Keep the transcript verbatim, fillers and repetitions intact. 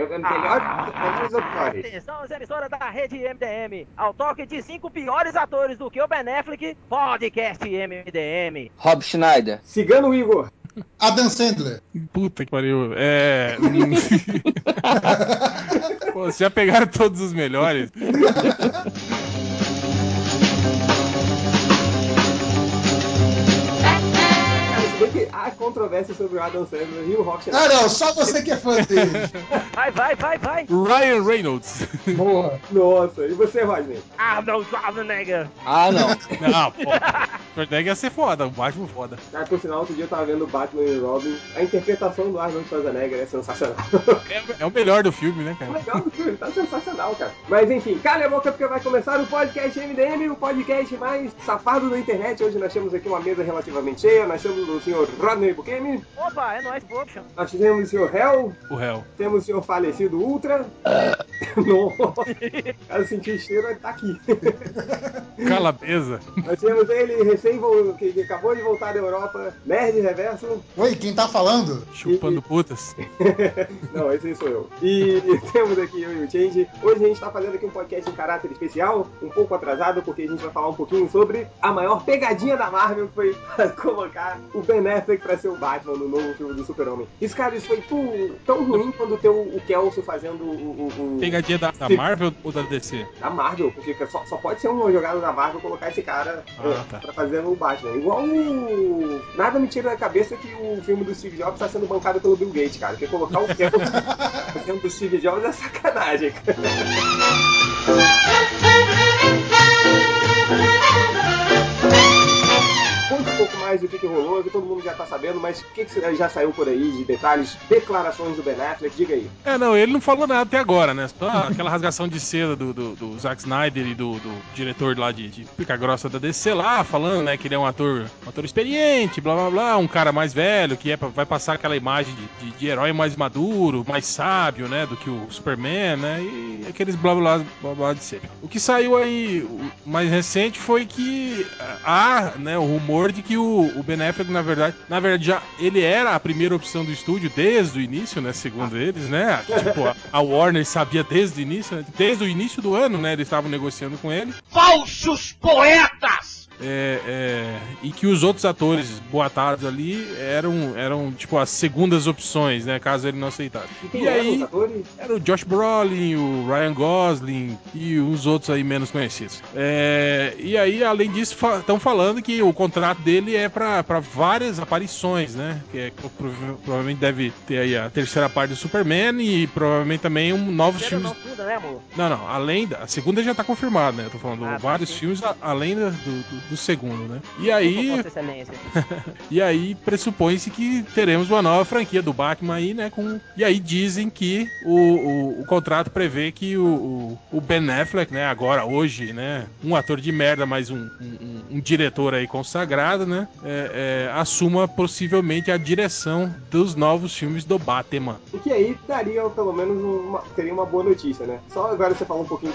Jogando melhores, melhores ou piores? Atenção, as emissoras da rede M D M. Ao toque de cinco piores atores do que o Ben Affleck, podcast M D M. Rob Schneider. Cigano Igor. Adam Sandler. Puta que pariu. É. Pô, vocês já pegaram todos os melhores. Há controvérsia sobre o Adam Sandler e o Rock. Ah, não, só você que é fã dele. Vai, vai, vai, vai. Ryan Reynolds. Boa. Nossa, e você, Rodney? Arnold Schwarzenegger. Ah, não. Não, pô. Schwarzenegger ia ser foda, o Batman foda. Ah, por sinal, outro dia eu tava vendo Batman e Robin. A interpretação do Arnold Schwarzenegger é sensacional. É, é o melhor do filme, né, cara? O legal do filme, tá sensacional, cara. Mas enfim, cala a boca porque vai começar o podcast M D M, o podcast mais safado da internet. Hoje nós temos aqui uma mesa relativamente cheia. Nós temos o senhor Rodney Bukemi. Opa, é nóis, Bobson. Nós temos o senhor Hell. O réu. Temos o senhor falecido Ultra. Nossa, eu senti o cheiro, ele tá aqui. Calabeza. Nós temos ele recém que, que acabou de voltar da Europa, Nerd Reverso. Oi, quem tá falando? Chupando putas. Não, esse aí sou eu. E temos aqui eu e o Change. Hoje a gente tá fazendo aqui um podcast em caráter especial, um pouco atrasado, porque a gente vai falar um pouquinho sobre a maior pegadinha da Marvel, que foi colocar o Ben Affleck pra ser o Batman no novo filme do Super-Homem. Isso, cara, isso foi tão, tão ruim quando tem o, o Kelso fazendo o... o, o... Pegadinha da, da Marvel ou da D C? Da Marvel, porque só, só pode ser uma jogada da Marvel colocar esse cara Ah, é, tá. pra fazer o Batman. Igual o... Nada me tira da cabeça que o filme do Steve Jobs tá sendo bancado pelo Bill Gates, cara. Porque colocar o Kelso fazendo do Steve Jobs é sacanagem, cara. Conta um pouco mais do que, que rolou, que todo mundo já tá sabendo, mas o que, que já saiu por aí de detalhes, declarações do Ben Affleck, diga aí. É, não, ele não falou nada até agora, né? Só aquela rasgação de seda do, do, do Zack Snyder e do, do diretor lá de, de Pica Grossa da D C lá, falando, né, que ele é um ator, um ator experiente, blá blá blá, um cara mais velho, que é pra, vai passar aquela imagem de, de, de herói mais maduro, mais sábio, né, do que o Superman, né, e aqueles blá blá blá blá de sempre. O que saiu aí, o mais recente, foi que há, né, o rumor de que o, o Ben Affleck, na verdade, na verdade, já ele era a primeira opção do estúdio desde o início, né, segundo eles, né, tipo, a, a Warner sabia desde o início, né, desde o início do ano, né, eles estavam negociando com ele. Falsos poetas! É, é, e que os outros atores boatados ali eram, eram tipo as segundas opções, né, caso ele não aceitasse. E quem E eram aí os atores? era o Josh Brolin, o Ryan Gosling e uns outros aí menos conhecidos. É, e aí, além disso, estão fa- falando que o contrato dele é pra, pra várias aparições, né, que é, prova- provavelmente deve ter aí a terceira parte do Superman e provavelmente também um novos Você filmes. não tudo, né, amor? Não, não, além da. A segunda já tá confirmada, né? Eu tô falando Ah, tá, vários sim. filmes a- além da- do, do, do segundo, né? E Desculpa, aí. Vossa Excelência. E aí pressupõe-se que teremos uma nova franquia do Batman aí, né? Com... E aí dizem que o, o, o contrato prevê que o, o, o Ben Affleck, né? Agora, hoje, né? Um ator de merda, mas um, um, um diretor aí consagrado, né? É, é, assuma possivelmente a direção dos novos filmes do Batman. O que aí daria, pelo menos, uma, teria uma boa notícia, né? Só agora você fala um pouquinho